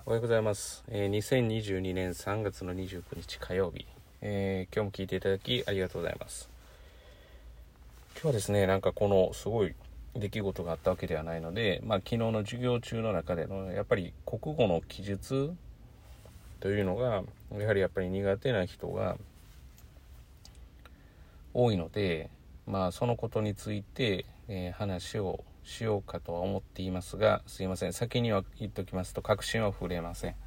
おはようございます。2022年3月の29日火曜日、今日も聞いていただきありがとうございます。今日はですね、このすごい出来事があったわけではないので、昨日の授業中の中でのやっぱり国語の記述というのがやはり苦手な人が多いので、そのことについて、話をしようかとは思っていますが、すいません、先には言っておきますと確信は触れません。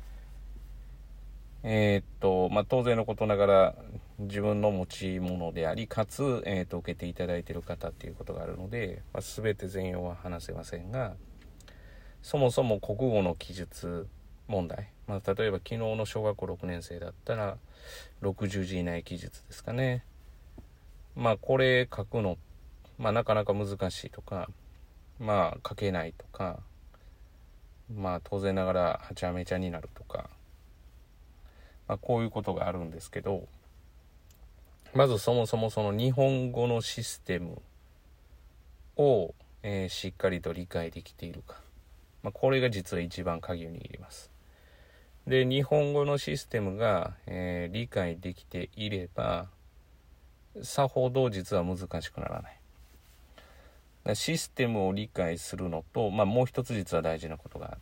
当然のことながら自分の持ち物であり、かつ、受けていただいている方っていうことがあるので、全て全容は話せませんが、そもそも国語の記述問題、例えば昨日の小学校6年生だったら60字以内記述ですかね。これ書くの、なかなか難しいとか、書けないとか、当然ながらはちゃめちゃになるとか、こういうことがあるんですけど、まずそもそもその日本語のシステムを、しっかりと理解できているか、これが実は一番鍵を握ります。で、日本語のシステムが、理解できていればさほど実は難しくならない。システムを理解するのと、もう一つ実は大事なことがあって、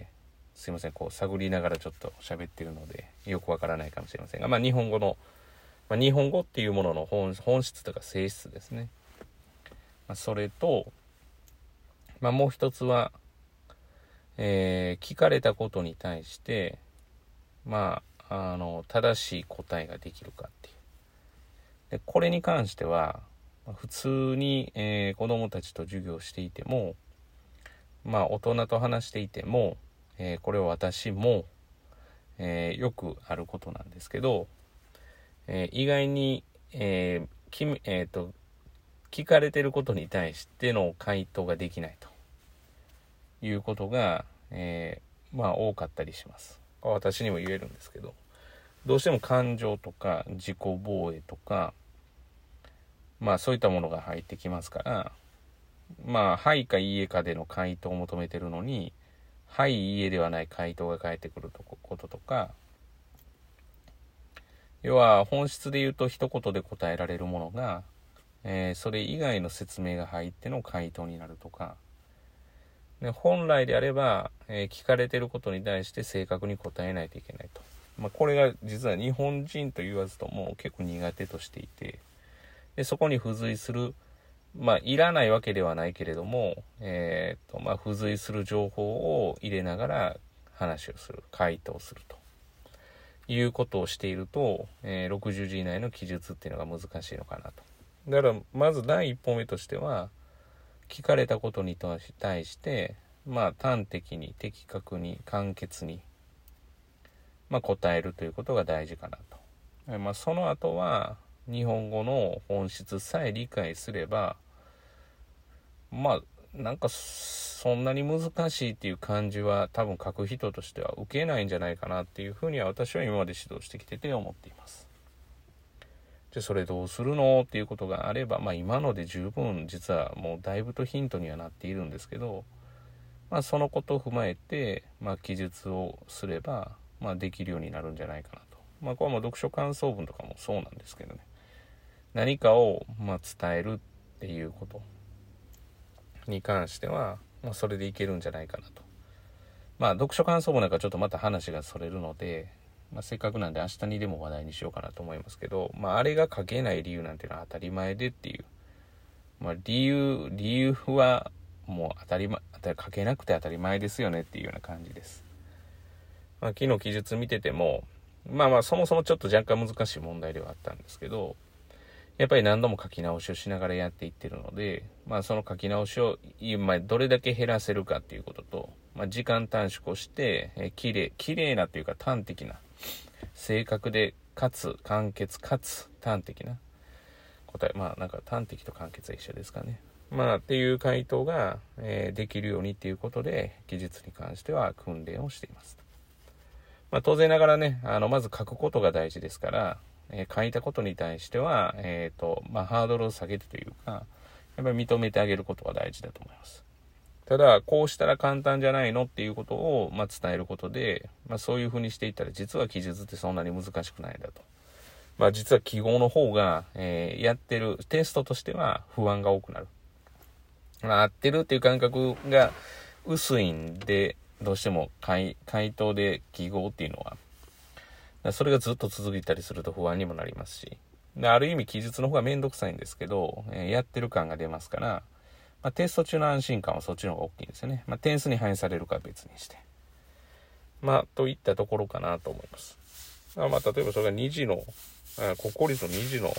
すいません、探りながらちょっと喋ってるのでよくわからないかもしれませんが、日本語っていうものの本質とか性質ですね。それと、もう一つは、聞かれたことに対して正しい答えができるかっていう。でこれに関しては普通に、子どもたちと授業していても、大人と話していても、これは私も、よくあることなんですけど、意外に、聞かれていることに対しての回答ができないということが、多かったりします。私にも言えるんですけど、どうしても感情とか自己防衛とか、そういったものが入ってきますから、はいかいいえかでの回答を求めてるのに、はいいいえではない回答が返ってくることとか、要は本質で言うと一言で答えられるものが、それ以外の説明が入っての回答になるとかで、本来であれば、聞かれていることに対して正確に答えないといけないと。これが実は日本人と言わずとも結構苦手としていて、でそこに付随するいらないわけではないけれども、付随する情報を入れながら話をする、回答するということをしていると、60字以内の記述っていうのが難しいのかなと。だからまず第一歩目としては、聞かれたことに対して端的に的確に簡潔に、答えるということが大事かなと。その後は日本語の本質さえ理解すれば、そんなに難しいっていう感じは多分書く人としては受けないんじゃないかなっていうふうには私は今まで指導してきてて思っています。でそれどうするのっていうことがあれば、今ので十分実はもうだいぶとヒントにはなっているんですけど、そのことを踏まえて、記述をすれば、できるようになるんじゃないかなと。これはもう読書感想文とかもそうなんですけどね、何かを伝えるっていうことに関しては、それでいけるんじゃないかなと。読書感想文なんかちょっとまた話がそれるので、せっかくなんで明日にでも話題にしようかなと思いますけど、あれが書けない理由なんていうのは当たり前でっていう、理由はもう書けなくて当たり前ですよねっていうような感じです。昨日記述見ててもそもそもちょっと若干難しい問題ではあったんですけど、やっぱり何度も書き直しをしながらやっていってるので、その書き直しを今どれだけ減らせるかっていうことと、時間短縮をして、綺麗なというか端的な、正確でかつ簡潔かつ端的な答え、端的と簡潔は一緒ですかね。っていう回答が、できるようにっていうことで記述に関しては訓練をしています。当然ながらね、まず書くことが大事ですから、書いたことに対しては、ハードルを下げてというか、やっぱり認めてあげることが大事だと思います。 ただこうしたら簡単じゃないのっていうことを、伝えることで、そういうふうにしていったら実は記述ってそんなに難しくないんだと。実は記号の方が、やってるテストとしては不安が多くなる。合ってるっていう感覚が薄いんで、どうしても回答で記号っていうのは、それがずっと続いたりすると不安にもなりますし、ある意味記述の方がめんどくさいんですけど、やってる感が出ますから、テスト中の安心感はそっちの方が大きいんですよね。点数に反映されるかは別にして。といったところかなと思います。例えばそれが2次の、国公立の2次の、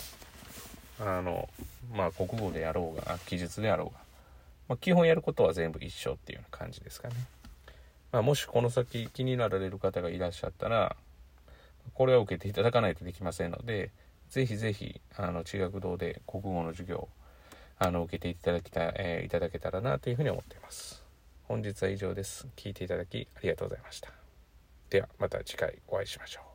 国語であろうが、記述であろうが、基本やることは全部一緒っていうような感じですかね。もしこの先気になられる方がいらっしゃったら、これは受けていただかないとできませんので、ぜひぜひ地学堂で国語の授業受けていただけたらなというふうに思っています。本日は以上です。聞いていただきありがとうございました。ではまた次回お会いしましょう。